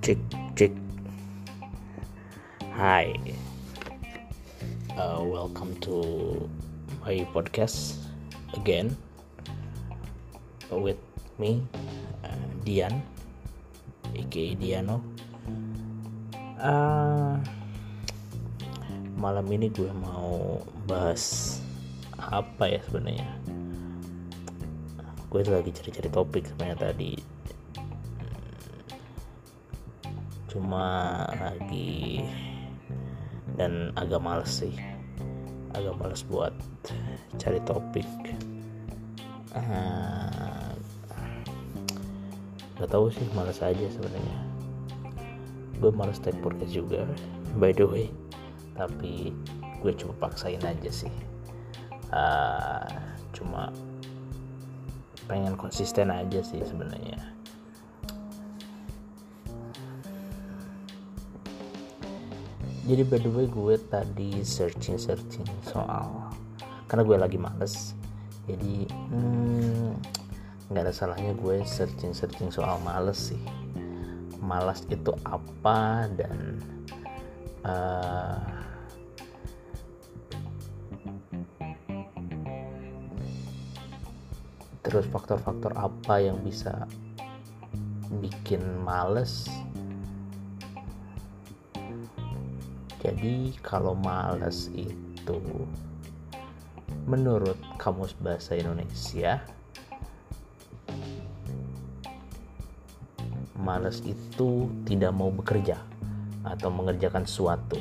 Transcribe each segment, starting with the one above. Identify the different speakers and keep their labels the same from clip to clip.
Speaker 1: Cek cek. Hi, welcome to my podcast again with me, Dian, aka Diano. Malam ini gue mau bahas apa ya sebenarnya? Gue lagi cari-cari topik sebenarnya tadi. Cuma lagi dan agak males buat cari topik. Gak tahu sih, males aja sebenarnya. Gue males take podcast juga, by the way, tapi gue coba paksain aja sih. Cuma pengen konsisten aja sih sebenarnya. Jadi by the way, gue tadi searching soal, karena gue lagi males, jadi nggak ada salahnya gue searching soal males sih. Malas itu apa, dan terus faktor-faktor apa yang bisa bikin males. Jadi kalau malas itu menurut Kamus Bahasa Indonesia, malas itu tidak mau bekerja atau mengerjakan sesuatu.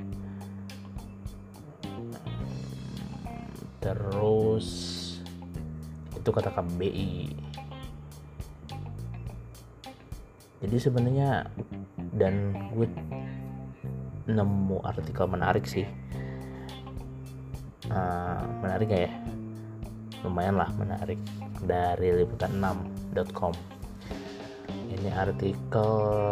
Speaker 1: Terus itu kata KBBI. Jadi sebenarnya, dan gue nemu artikel menarik sih. Menarik gak ya? Lumayan lah menarik, dari liputan6.com. Ini artikel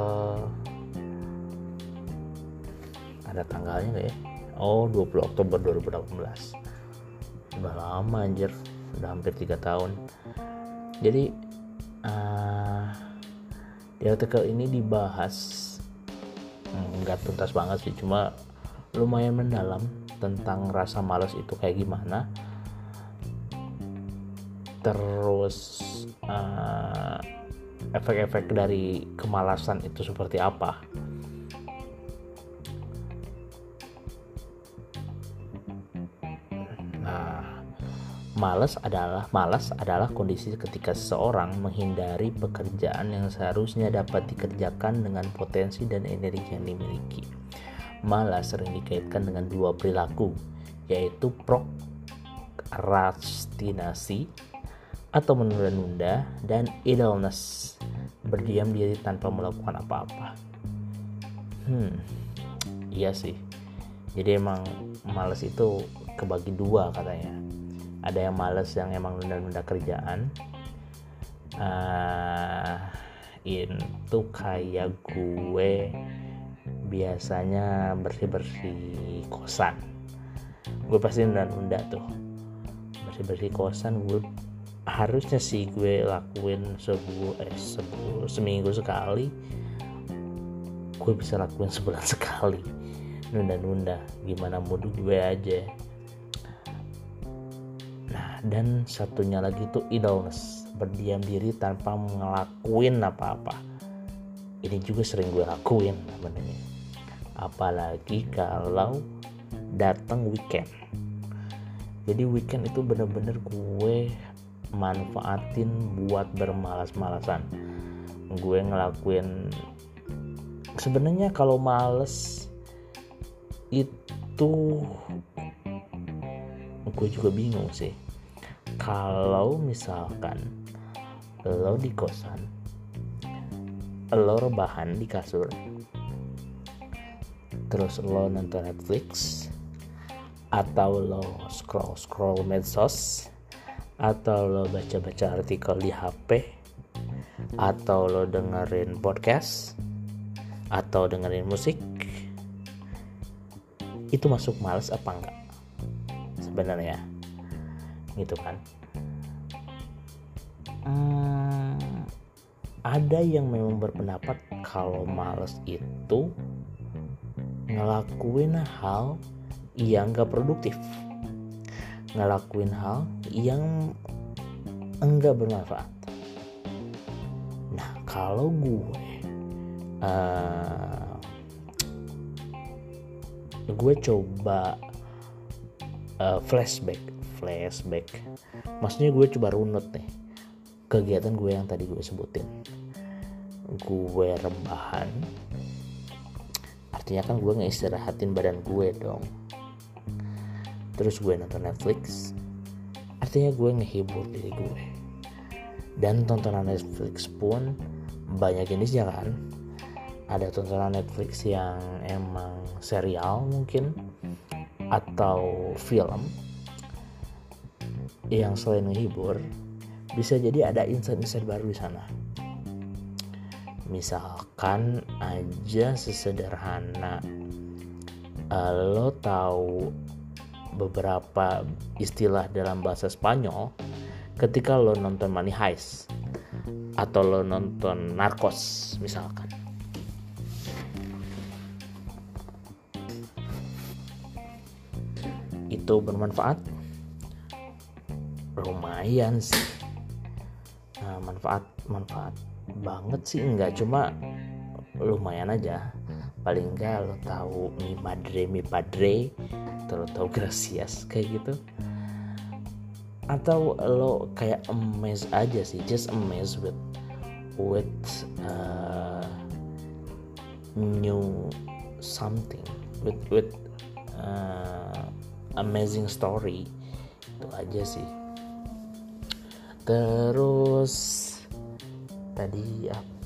Speaker 1: ada tanggalnya gak ya? 20 Oktober 2018. Udah lama anjir, udah hampir 3 tahun. Jadi di artikel ini dibahas, nggak tuntas banget sih, cuma lumayan mendalam tentang rasa malas itu kayak gimana. Terus efek-efek dari kemalasan itu seperti apa. Malas adalah kondisi ketika seseorang menghindari pekerjaan yang seharusnya dapat dikerjakan dengan potensi dan energi yang dimiliki. Malas sering dikaitkan dengan dua perilaku, yaitu prokrastinasi atau menunda-nunda, dan idleness, berdiam diri tanpa melakukan apa-apa. Iya sih. Jadi emang malas itu kebagi dua katanya. Ada yang malas yang emang nunda-nunda kerjaan. Itu kayak gue biasanya bersih-bersih kosan. Gue pasti nunda-nunda tuh. Bersih-bersih kosan gue harusnya sih gue lakuin seminggu sekali. Gue bisa lakuin sebulan sekali. Nunda-nunda, gimana mood gue aja. Dan satunya lagi itu idleness, berdiam diri tanpa ngelakuin apa-apa. Ini juga sering gue lakuin sebenarnya, apalagi kalau datang weekend. Jadi weekend itu bener-bener gue manfaatin buat bermalas-malasan. Gue ngelakuin, sebenarnya kalau males itu gue juga bingung sih. Kalau misalkan lo di kosan, lo rebahan di kasur, terus lo nonton Netflix, atau lo scroll medsos, atau lo baca-baca artikel di HP, atau lo dengerin podcast, atau dengerin musik, itu masuk malas apa enggak sebenarnya, gitu kan? ada yang memang berpendapat kalau malas itu ngelakuin hal yang gak produktif, ngelakuin hal yang enggak bermanfaat. Nah, kalau gue coba flashback, maksudnya gue coba runut nih kegiatan gue yang tadi gue sebutin. Gue rebahan, artinya kan gue ngeistirahatin badan gue dong. Terus gue nonton Netflix, artinya gue ngehibur diri gue. Dan tontonan Netflix pun banyak jenisnya kan. Ada tontonan Netflix yang emang serial mungkin, atau film yang selain menghibur bisa jadi ada insight-insight baru di sana. Misalkan aja sesederhana lo tahu beberapa istilah dalam bahasa Spanyol ketika lo nonton Money Heist atau lo nonton Narcos misalkan. Itu bermanfaat? Lumayan sih. Manfaat banget sih enggak, cuma lumayan aja. Paling enggak lo tahu mi padre, lo tahu gracias kayak gitu. Atau lo kayak amazed aja sih, just amazed with new something, with amazing story. Itu aja sih. Terus tadi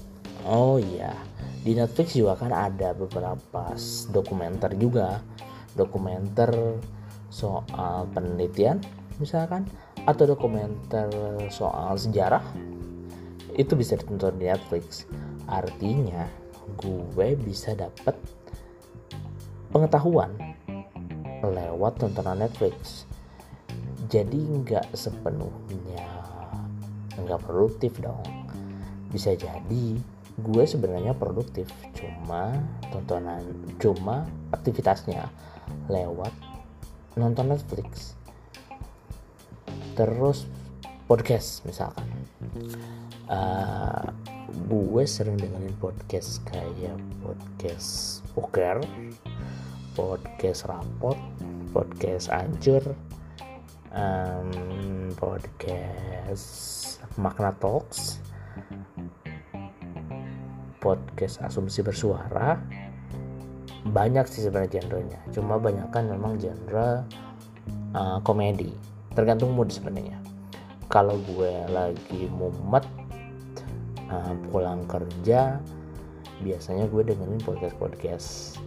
Speaker 1: di Netflix juga kan ada beberapa dokumenter juga, dokumenter soal penelitian misalkan, atau dokumenter soal sejarah. Itu bisa ditonton di Netflix. Artinya gue bisa dapat pengetahuan lewat tontonan Netflix. Jadi nggak sepenuhnya nggak produktif dong. Bisa jadi gue sebenarnya produktif, cuma aktivitasnya lewat nonton Netflix. Terus podcast misalkan, gue sering dengerin podcast kayak podcast poker, podcast rapot, podcast ancur, podcast Makna Talks, podcast Asumsi Bersuara. Banyak sih sebenarnya genrenya, cuma banyakan memang genre komedi. Tergantung mood sebenarnya. Kalau gue lagi mumet pulang kerja, biasanya gue dengerin podcast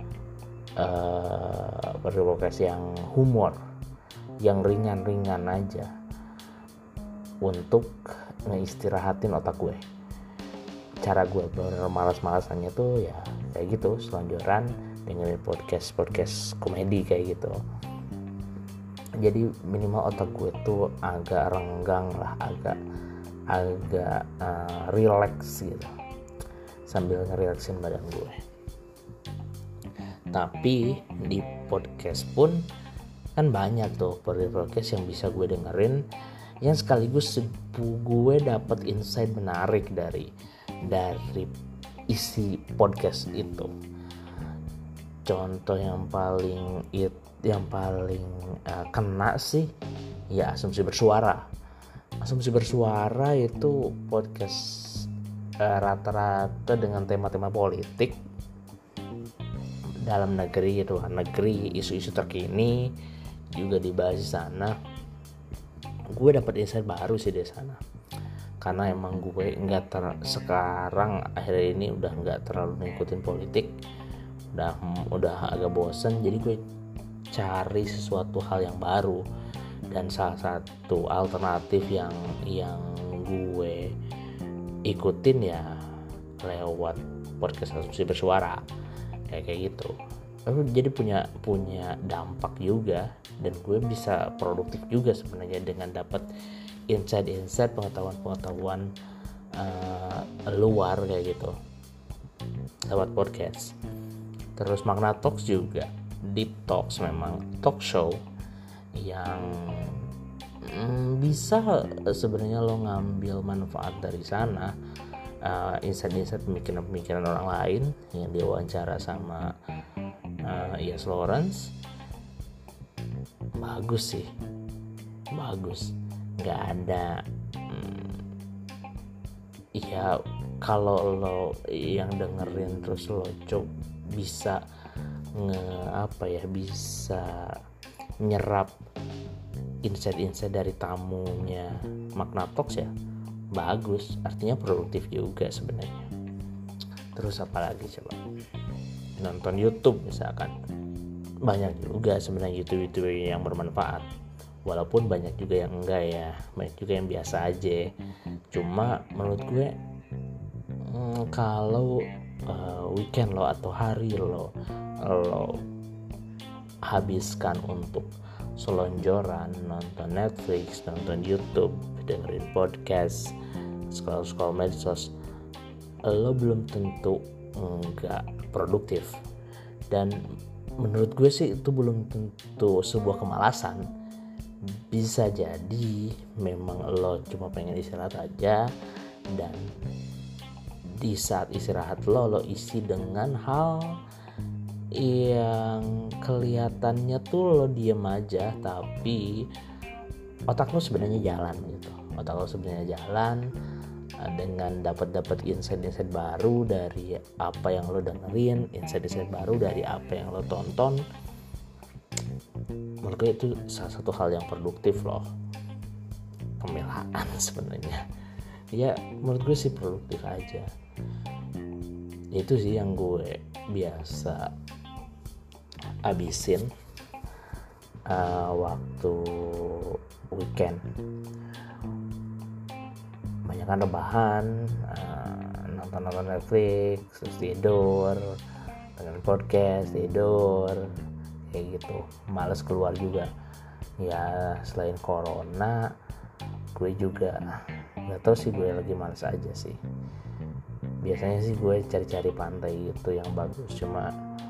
Speaker 1: yang humor, yang ringan-ringan aja untuk ngeistirahatin otak gue. Cara gue bermalas-malasannya tuh ya kayak gitu, selonjoran dengerin podcast komedi kayak gitu. Jadi minimal otak gue tuh agak renggang lah, agak relax gitu, sambil ngerelaksin badan gue. Tapi di podcast pun kan banyak tuh podcast yang bisa gue dengerin, yang sekaligus gue dapat insight menarik dari isi podcast itu. Contoh yang paling kena sih ya Asumsi Bersuara. Asumsi Bersuara itu podcast rata-rata dengan tema-tema politik dalam negeri, luar negeri, isu-isu terkini juga dibahas di sana. Gue dapat insight baru sih di sana, karena emang gue sekarang akhir ini udah nggak terlalu ngikutin politik, udah agak bosen. Jadi gue cari sesuatu hal yang baru, dan salah satu alternatif yang gue ikutin ya lewat podcast Asumsi Bersuara kayak gitu. Jadi punya dampak juga, dan gue bisa produktif juga sebenarnya dengan dapat insight pengetahuan luar kayak gitu lewat podcast. Terus Magna Talks juga deep talks, memang talk show yang bisa sebenarnya lo ngambil manfaat dari sana, insight-insight pemikiran-pemikiran orang lain yang diwawancara sama Yes Lawrence. Bagus sih, bagus. Nggak ada ya kalau lo yang dengerin terus lo bisa bisa nyerap insight-insight dari tamunya Magna Talks ya bagus, artinya produktif juga sebenarnya. Terus apa lagi coba, nonton YouTube misalkan, banyak juga sebenarnya YouTube yang bermanfaat, walaupun banyak juga yang enggak ya, banyak juga yang biasa aja. Cuma menurut gue kalau weekend lo atau hari lo habiskan untuk selonjoran, nonton Netflix, nonton YouTube, dengerin podcast, scroll medsos, lo belum tentu nggak produktif. Dan menurut gue sih itu belum tentu sebuah kemalasan. Bisa jadi memang lo cuma pengen istirahat aja, dan di saat istirahat lo isi dengan hal yang kelihatannya tuh lo diem aja, tapi otak lo sebenarnya jalan gitu. Otak lo sebenarnya jalan dengan dapat insight baru dari apa yang lo dengerin, insight baru dari apa yang lo tonton. Menurut gue itu salah satu hal yang produktif loh. Pembelaan sebenarnya ya, menurut gue sih produktif aja. Itu sih yang gue biasa habisin waktu weekend. Banyakan rebahan, nonton Netflix, terus tidur, dengan podcast, tidur kayak gitu. Males keluar juga ya, selain corona gue juga nggak tahu sih, gue lagi males aja sih. Biasanya sih gue cari-cari pantai gitu yang bagus, cuma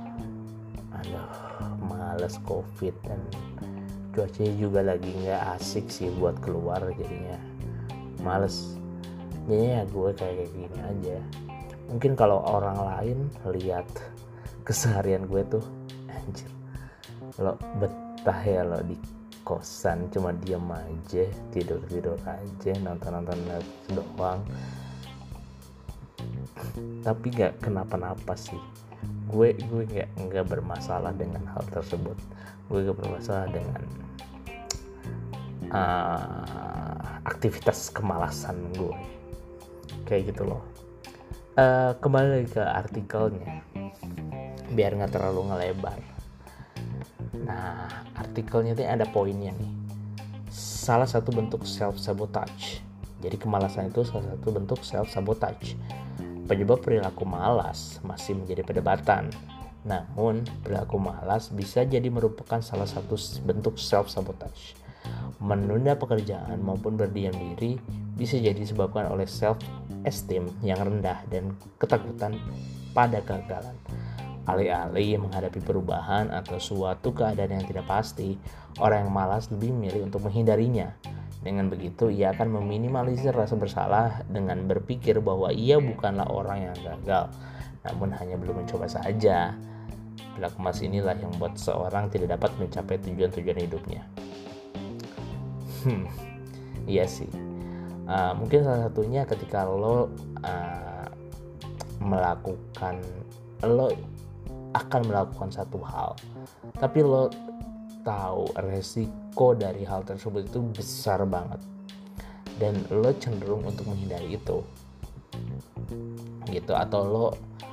Speaker 1: males covid dan cuacanya juga lagi nggak asik sih buat keluar, jadinya males. Jadinya ya gue kayak gini aja. Mungkin kalau orang lain lihat keseharian gue tuh, anjir lo betah ya lo di kosan cuma diem aja, tidur aja, nonton Netflix doang, tapi nggak kenapa-napa sih. Gue nggak bermasalah dengan hal tersebut. Gue nggak bermasalah dengan aktivitas kemalasan gue kayak gitu loh. Kembali lagi ke artikelnya biar nggak terlalu ngelebar. Nah, artikelnya itu ada poinnya nih. Salah satu bentuk self-sabotage. Jadi kemalasan itu salah satu bentuk self-sabotage. Penyebab perilaku malas masih menjadi perdebatan. Namun, perilaku malas bisa jadi merupakan salah satu bentuk self-sabotage. Menunda pekerjaan maupun berdiam diri bisa jadi disebabkan oleh self-esteem yang rendah dan ketakutan pada kegagalan. Alih-alih menghadapi perubahan atau suatu keadaan yang tidak pasti, orang yang malas lebih memilih untuk menghindarinya. Dengan begitu, ia akan meminimalisir rasa bersalah dengan berpikir bahwa ia bukanlah orang yang gagal, namun hanya belum mencoba saja. Perilaku malas inilah yang membuat seorang tidak dapat mencapai tujuan-tujuan hidupnya. Iya sih. Mungkin salah satunya ketika lo akan melakukan satu hal, tapi lo tahu resiko dari hal tersebut itu besar banget, dan lo cenderung untuk menghindari itu gitu. Atau lo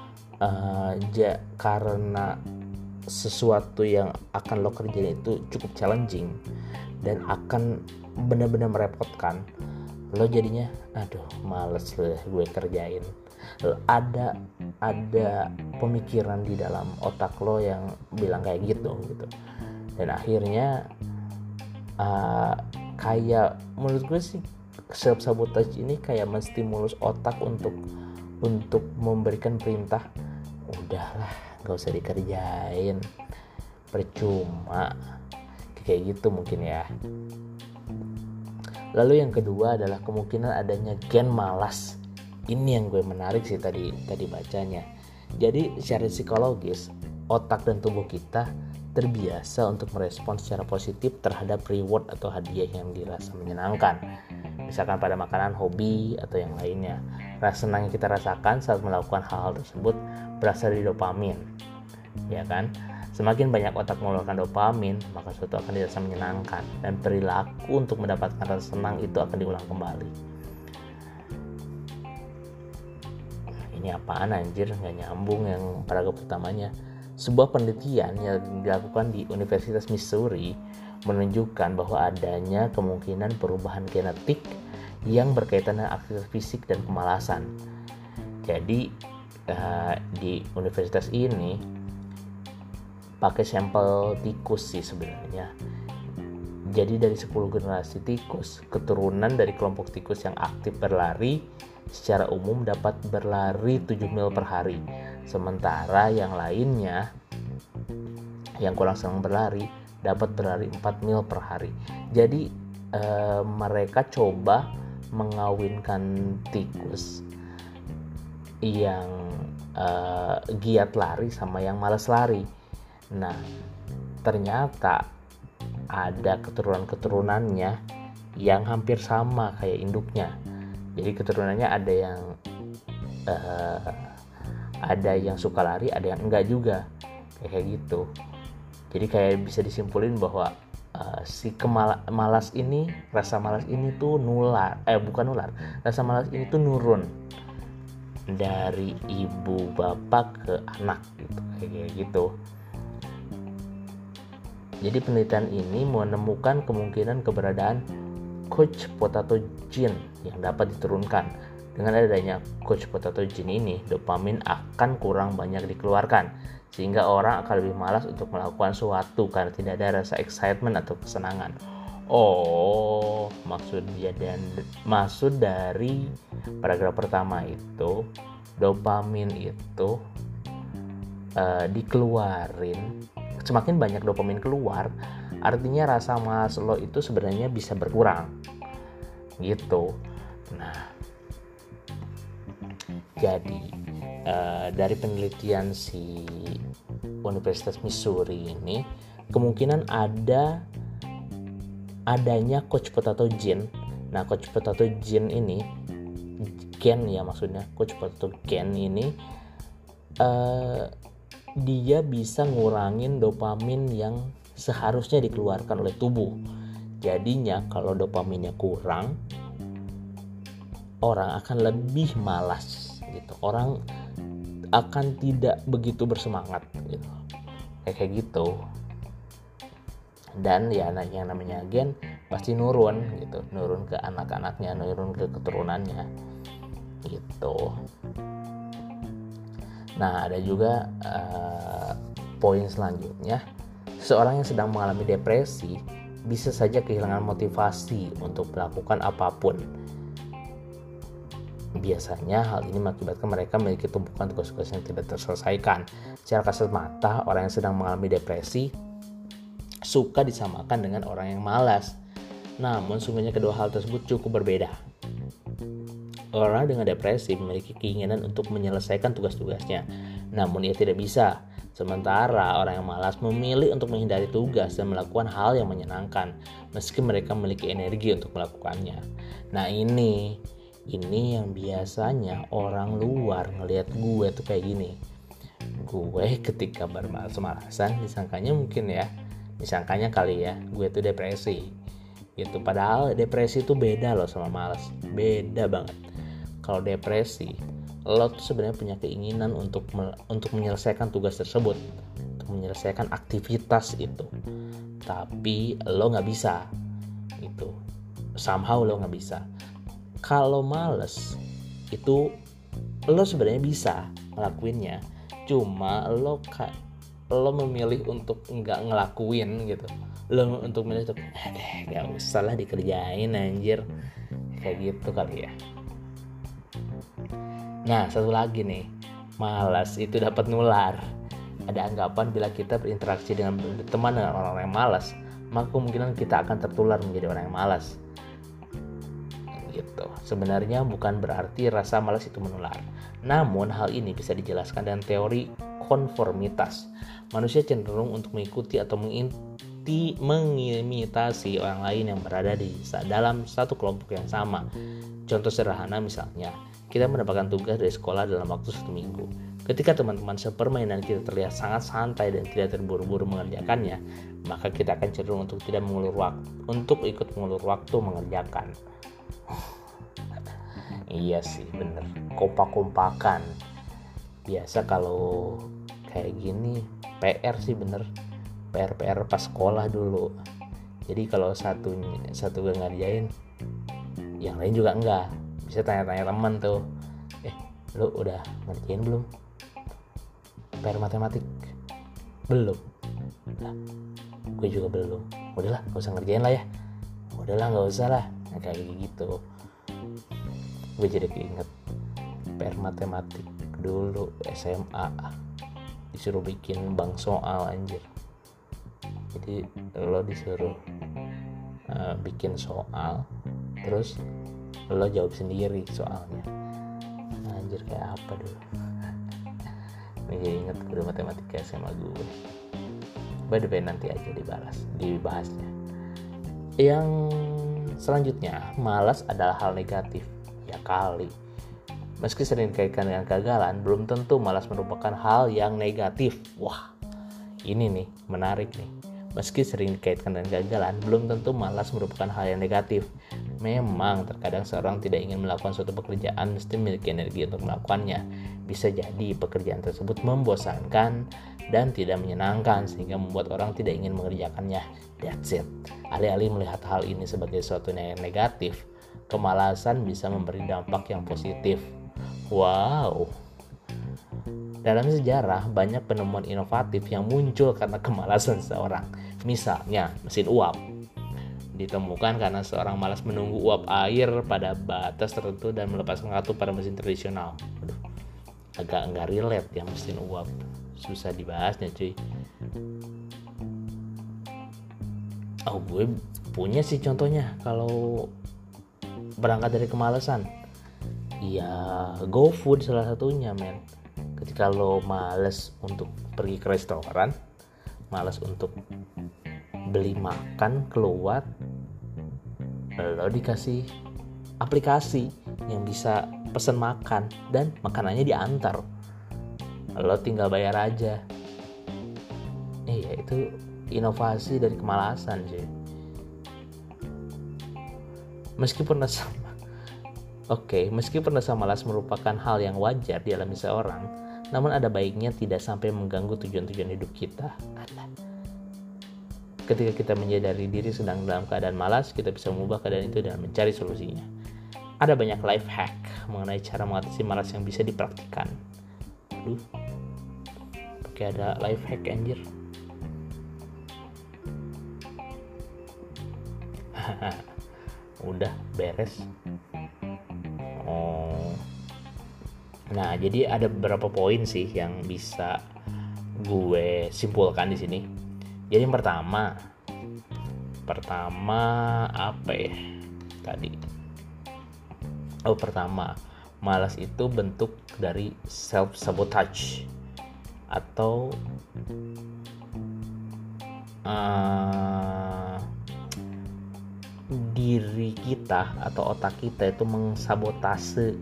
Speaker 1: karena sesuatu yang akan lo kerjain itu cukup challenging dan akan benar-benar merepotkan, lo jadinya males gue kerjain. Ada pemikiran di dalam otak lo yang bilang kayak gitu. Dan akhirnya kayak menurut gue sih self sabotage ini kayak menstimulus otak untuk memberikan perintah, udahlah nggak usah dikerjain, percuma, kayak gitu mungkin ya. Lalu yang kedua adalah kemungkinan adanya gen malas. Ini yang gue menarik sih tadi bacanya. Jadi secara psikologis, otak dan tubuh kita terbiasa untuk merespon secara positif terhadap reward atau hadiah yang dirasa menyenangkan. Misalkan pada makanan, hobi, atau yang lainnya. Rasa senang yang kita rasakan saat melakukan hal-hal tersebut berasal dari dopamin, ya kan? Semakin banyak otak mengeluarkan dopamin, maka sesuatu akan dirasa menyenangkan, dan perilaku untuk mendapatkan rasa senang itu akan diulang kembali. Ini apaan anjir, nggak nyambung yang paragraf pertamanya. Sebuah penelitian yang dilakukan di Universitas Missouri menunjukkan bahwa adanya kemungkinan perubahan genetik yang berkaitan dengan aktivitas fisik dan kemalasan. Jadi di universitas ini pakai sampel tikus sih sebenarnya. Jadi dari 10 generasi tikus, keturunan dari kelompok tikus yang aktif berlari secara umum dapat berlari 7 mil per hari. Sementara yang lainnya yang kurang senang berlari dapat berlari 4 mil per hari. Jadi mereka coba mengawinkan tikus yang giat lari sama yang malas lari. Nah, ternyata ada keturunan-keturunannya yang hampir sama kayak induknya. Jadi keturunannya ada yang suka lari, ada yang enggak juga, kayak gitu. Jadi kayak bisa disimpulin bahwa rasa malas ini tuh rasa malas ini tuh nurun dari ibu bapak ke anak gitu, kayak gitu. Jadi penelitian ini menemukan kemungkinan keberadaan couch potato gene yang dapat diturunkan. Dengan adanya couch potato gene ini, dopamin akan kurang banyak dikeluarkan, sehingga orang akan lebih malas untuk melakukan sesuatu karena tidak ada rasa excitement atau kesenangan. Maksud dari paragraf pertama itu, dopamin itu dikeluarin. Semakin banyak dopamin keluar, artinya rasa malas lo itu sebenarnya bisa berkurang gitu. Nah, jadi dari penelitian si Universitas Missouri ini, kemungkinan adanya couch potato gene. Nah, couch potato gene ini, gen ya maksudnya, couch potato gen ini dia bisa ngurangin dopamin yang seharusnya dikeluarkan oleh tubuh. Jadinya kalau dopaminnya kurang, orang akan lebih malas gitu. Orang akan tidak begitu bersemangat gitu. Kayak gitu. Dan ya yang namanya gen pasti nurun gitu, nurun ke anak-anaknya, nurun ke keturunannya gitu. Nah, ada juga poin selanjutnya, seseorang yang sedang mengalami depresi bisa saja kehilangan motivasi untuk melakukan apapun. Biasanya hal ini mengakibatkan mereka memiliki tumpukan tugas-tugas yang tidak terselesaikan. Secara kasat mata, orang yang sedang mengalami depresi suka disamakan dengan orang yang malas. Namun sungguhnya kedua hal tersebut cukup berbeda. Orang dengan depresi memiliki keinginan untuk menyelesaikan tugas-tugasnya, namun ia tidak bisa. Sementara orang yang malas memilih untuk menghindari tugas dan melakukan hal yang menyenangkan, meski mereka memiliki energi untuk melakukannya. Nah, ini yang biasanya orang luar ngelihat gue tuh kayak gini. Gue ketika bermalas-malasan disangkanya kali ya, gue tuh depresi. Gitu. Padahal depresi itu beda loh sama malas, beda banget. Kalau depresi, lo tuh sebenarnya punya keinginan untuk menyelesaikan tugas tersebut, untuk menyelesaikan aktivitas itu, tapi lo nggak bisa, gitu. Somehow lo nggak bisa. Kalau males, itu lo sebenarnya bisa ngelakuinnya, cuma lo memilih untuk nggak ngelakuin gitu. Lo untuk memilih untuk, gak usah lah dikerjain anjir, kayak gitu kali ya. Nah, satu lagi nih, malas itu dapat nular. Ada anggapan bila kita berinteraksi dengan teman dengan orang yang malas, maka kemungkinan kita akan tertular menjadi orang yang malas. Gitu. Sebenarnya bukan berarti rasa malas itu menular. Namun hal ini bisa dijelaskan dengan teori konformitas. Manusia cenderung untuk mengikuti atau mengimitasi orang lain yang berada di dalam satu kelompok yang sama. Contoh sederhana misalnya, kita mendapatkan tugas dari sekolah dalam waktu 1 minggu. Ketika teman-teman sepermainan kita terlihat sangat santai dan tidak terburu-buru mengerjakannya, maka kita akan cenderung untuk ikut mengulur waktu mengerjakan. Iya sih, bener. Kompak-kompakan. Biasa kalau kayak gini PR sih bener. PR pas sekolah dulu. Jadi kalau satu gak ngerjain, yang lain juga enggak. Bisa tanya-tanya teman tuh, lu udah ngerjain belum PR matematik? Belum. Nah, gue juga belum. Udahlah, gak usah ngerjain lah ya. Udahlah, gak usah lah. Nah, kayak gitu. Gue jadi keinget PR matematik dulu SMA, disuruh bikin bank soal anjir. Jadi lo disuruh bikin soal, terus lo jawab sendiri soalnya. Anjir, kayak apa dulu. Ini inget guru matematika SMA gue. By the way, nanti aja dibahasnya. Yang selanjutnya, malas adalah hal negatif. Ya kali. Meski sering dikaitkan dengan kegagalan, belum tentu malas merupakan hal yang negatif. Wah, ini nih menarik nih. Meski sering dikaitkan dengan kegagalan, belum tentu malas merupakan hal yang negatif. Memang terkadang seorang tidak ingin melakukan suatu pekerjaan mesti memiliki energi untuk melakukannya. Bisa jadi pekerjaan tersebut membosankan dan tidak menyenangkan sehingga membuat orang tidak ingin mengerjakannya. That's it. Alih-alih melihat hal ini sebagai sesuatu yang negatif, kemalasan bisa memberi dampak yang positif. Wow. Dalam sejarah, banyak penemuan inovatif yang muncul karena kemalasan seseorang. Misalnya, mesin uap ditemukan karena seorang malas menunggu uap air pada batas tertentu dan melepaskan kartu pada mesin tradisional. Aduh, agak enggak relate ya mesin uap. Susah dibahasnya cuy. Oh, gue punya sih contohnya kalau berangkat dari kemalasan. Ya, GoFood salah satunya, men. Ketika lo males untuk pergi ke restoran, males untuk beli makan keluar, lo dikasih aplikasi yang bisa pesen makan dan makanannya diantar. Lo tinggal bayar aja. Iya, itu inovasi dari kemalasan sih. Meskipun rasa malas merupakan hal yang wajar dialami seorang, namun ada baiknya tidak sampai mengganggu tujuan-tujuan hidup kita. Ketika kita menyadari diri sedang dalam keadaan malas, kita bisa mengubah keadaan itu dan mencari solusinya. Ada banyak life hack mengenai cara mengatasi malas yang bisa dipraktikkan. Aduh, pakai ada life hack anjir. Udah beres. Nah, jadi ada beberapa poin sih yang bisa gue simpulkan di sini. Jadi yang pertama apa ya tadi? Pertama, malas itu bentuk dari self sabotage atau diri kita atau otak kita itu mengsabotase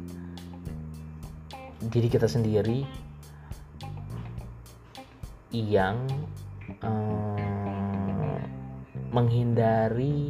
Speaker 1: diri kita sendiri yang menghindari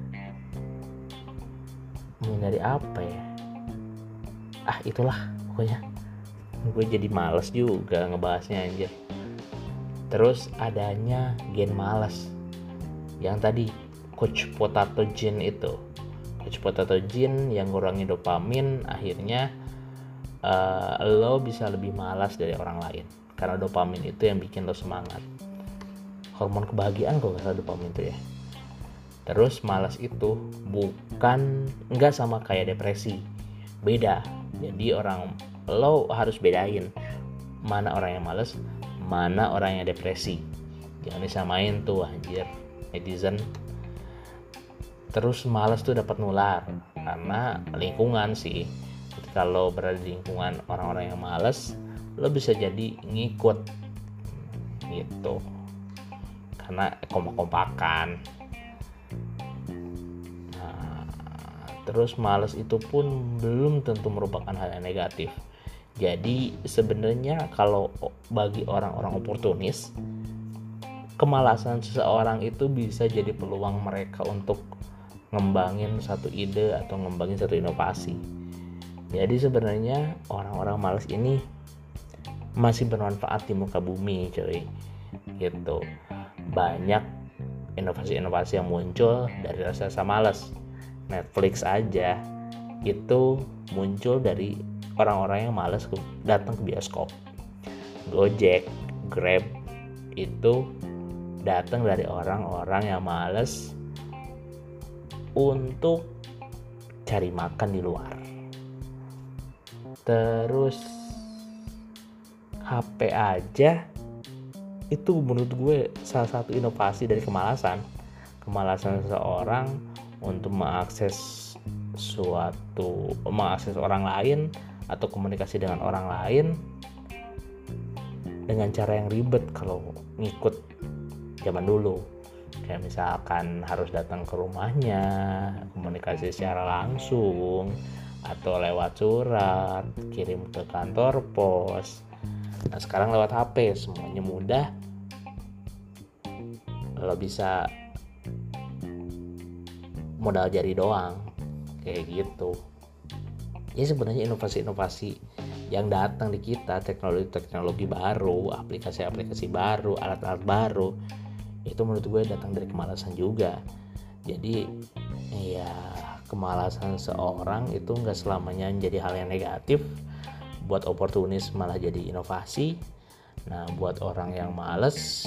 Speaker 1: apa ya? Itulah pokoknya. Gue jadi malas juga ngebahasnya anjir. Terus adanya gen malas yang tadi Coach Potato Gene itu. Coach Potato Gene yang ngurangi dopamin, akhirnya lo bisa lebih malas dari orang lain karena dopamin itu yang bikin lo semangat. Hormon kebahagiaan kalau nggak salah dopamin itu ya. Terus malas itu nggak sama kayak depresi, beda. Jadi lo harus bedain mana orang yang malas, mana orang yang depresi. Jangan disamain tuh anjir netizen. Terus malas tuh dapat nular karena lingkungan sih. Kalau berada di lingkungan orang-orang yang malas, lo bisa jadi ngikut gitu karena kompak-kompakan. Terus malas itu pun belum tentu merupakan hal yang negatif. Jadi sebenarnya kalau bagi orang-orang oportunis, kemalasan seseorang itu bisa jadi peluang mereka untuk ngembangin satu ide atau ngembangin satu inovasi. Jadi sebenarnya orang-orang malas ini masih bermanfaat di muka bumi, coy. Gitu. Banyak inovasi-inovasi yang muncul dari rasa malas. Netflix aja itu muncul dari orang-orang yang malas datang ke bioskop. Gojek, Grab itu datang dari orang-orang yang malas untuk cari makan di luar. Terus HP aja itu menurut gue salah satu inovasi dari kemalasan seseorang untuk mengakses orang lain atau komunikasi dengan orang lain dengan cara yang ribet kalau ngikut zaman dulu. Kayak misalkan harus datang ke rumahnya, komunikasi secara langsung atau lewat surat, kirim ke kantor pos. Nah sekarang lewat HP semuanya mudah. Lo bisa modal jari doang kayak gitu. Ya sebenarnya inovasi-inovasi yang datang di kita, teknologi baru, aplikasi-aplikasi baru, alat-alat baru, itu menurut gue datang dari kemalasan juga. Jadi ya kemalasan seorang itu nggak selamanya menjadi hal yang negatif. Buat oportunis malah jadi inovasi. Nah buat orang yang malas,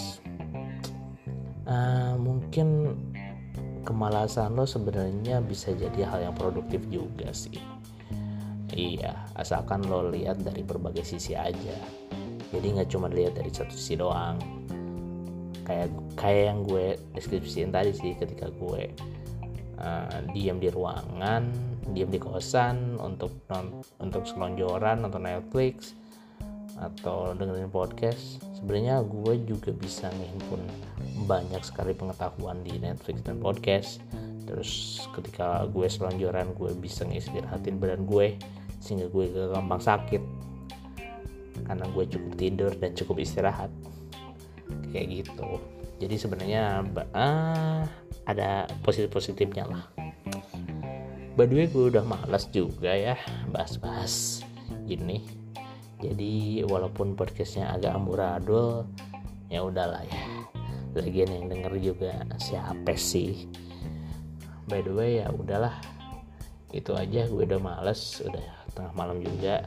Speaker 1: mungkin kemalasan lo sebenarnya bisa jadi hal yang produktif juga sih. Iya, asalkan lo lihat dari berbagai sisi aja. Jadi nggak cuma lihat dari satu sisi doang. Kayak yang gue deskripsiin tadi sih, ketika gue diam di ruangan, diam di kosan untuk selonjoran nonton Netflix atau dengerin podcast, sebenarnya gue juga bisa ngimpun banyak sekali pengetahuan di Netflix dan podcast. Terus ketika gue selonjoran, gue bisa ngistirahatin badan gue sehingga gue gak gampang sakit karena gue cukup tidur dan cukup istirahat kayak gitu. Jadi sebenarnya ada positifnya lah. By the way, gue udah malas juga ya bahas-bahas gini. Jadi walaupun podcastnya agak amburadul, ya udahlah ya. Lagian yang denger juga siapa sih? By the way ya udahlah. Itu aja, gue udah males, udah tengah malam juga.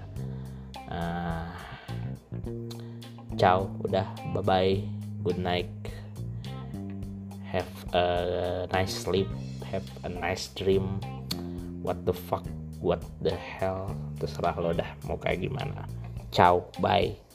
Speaker 1: Ciao, udah, bye bye, good night, have a nice sleep, have a nice dream. What the fuck, what the hell, terserah lo dah mau kayak gimana. Ciao, bye.